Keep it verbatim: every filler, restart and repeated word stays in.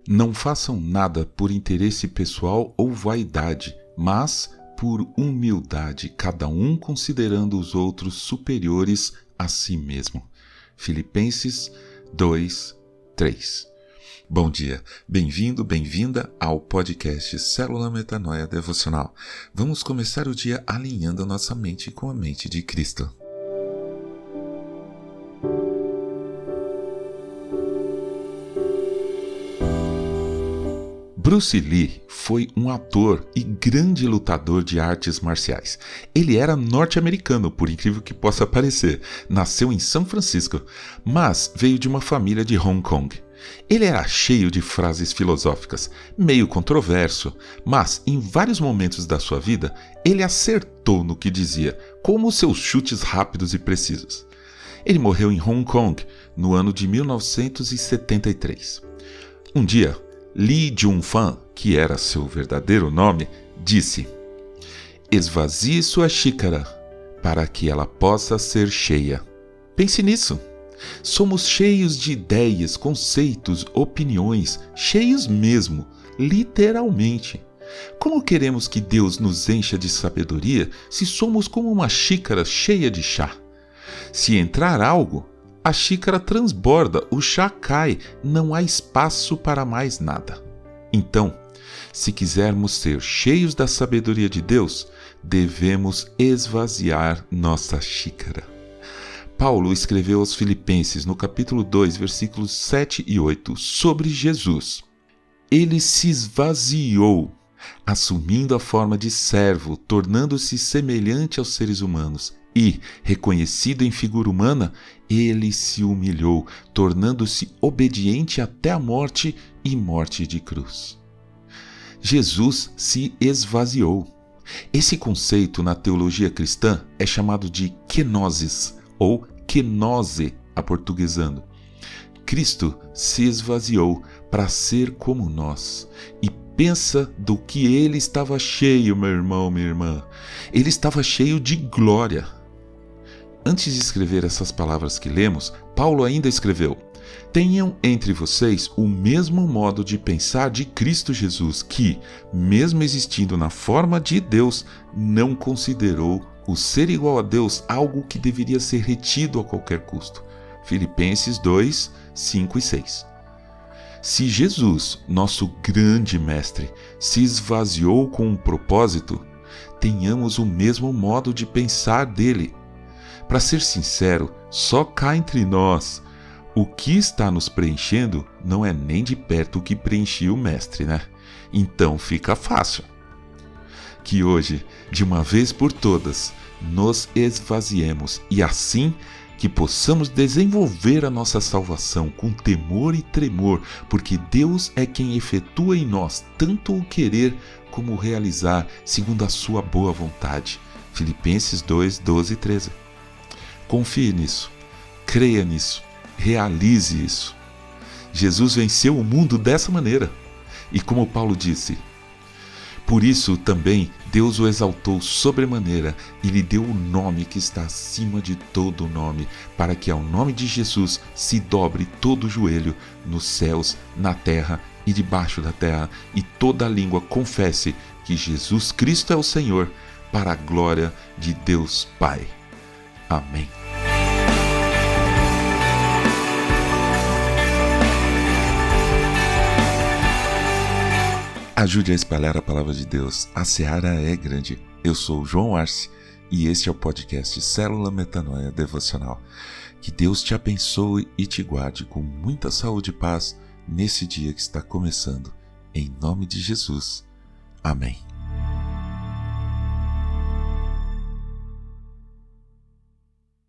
Não façam nada por interesse pessoal ou vaidade, mas por humildade, cada um considerando os outros superiores a si mesmo. Filipenses dois, três. Bom dia, bem-vindo, bem-vinda ao podcast Célula Metanoia Devocional. Vamos começar o dia alinhando a nossa mente com a mente de Cristo. Bruce Lee foi um ator e grande lutador de artes marciais. Ele era norte-americano, por incrível que possa parecer. Nasceu em São Francisco, mas veio de uma família de Hong Kong. Ele era cheio de frases filosóficas, meio controverso, mas em vários momentos da sua vida, ele acertou no que dizia, como seus chutes rápidos e precisos. Ele morreu em Hong Kong no ano de mil novecentos e setenta e três. Um dia, Lee Jun-fan, que era seu verdadeiro nome, disse: "Esvazie sua xícara para que ela possa ser cheia." Pense nisso. Somos cheios de ideias, conceitos, opiniões, cheios mesmo, literalmente. Como queremos que Deus nos encha de sabedoria se somos como uma xícara cheia de chá? Se entrar algo, a xícara transborda, o chá cai, não há espaço para mais nada. Então, se quisermos ser cheios da sabedoria de Deus, devemos esvaziar nossa xícara. Paulo escreveu aos Filipenses, no capítulo dois, versículos sete e oito, sobre Jesus. Ele se esvaziou, assumindo a forma de servo, tornando-se semelhante aos seres humanos. E, reconhecido em figura humana, ele se humilhou, tornando-se obediente até a morte e morte de cruz. Jesus se esvaziou. Esse conceito na teologia cristã é chamado de kenosis, ou kenose, aportuguesando. Cristo se esvaziou para ser como nós. E pensa do que ele estava cheio, meu irmão, minha irmã. Ele estava cheio de glória. Antes de escrever essas palavras que lemos, Paulo ainda escreveu: "Tenham entre vocês o mesmo modo de pensar de Cristo Jesus, que, mesmo existindo na forma de Deus, não considerou o ser igual a Deus algo que deveria ser retido a qualquer custo." Filipenses dois, cinco e seis. Se Jesus, nosso grande mestre, se esvaziou com um propósito, tenhamos o mesmo modo de pensar dele. Para ser sincero, só cá entre nós, o que está nos preenchendo não é nem de perto o que preenchia o mestre, né? Então fica fácil. Que hoje, de uma vez por todas, nos esvaziemos e assim que possamos desenvolver a nossa salvação com temor e tremor, porque Deus é quem efetua em nós tanto o querer como o realizar, segundo a sua boa vontade. Filipenses dois, doze e treze. Confie nisso, creia nisso, realize isso. Jesus venceu o mundo dessa maneira. E como Paulo disse, por isso também Deus o exaltou sobremaneira e lhe deu o nome que está acima de todo nome, para que ao nome de Jesus se dobre todo o joelho nos céus, na terra e debaixo da terra, e toda língua confesse que Jesus Cristo é o Senhor, para a glória de Deus Pai. Amém. Ajude a espalhar a palavra de Deus. A seara é grande. Eu sou o João Arce e este é o podcast Célula Metanoia Devocional. Que Deus te abençoe e te guarde com muita saúde e paz nesse dia que está começando. Em nome de Jesus. Amém.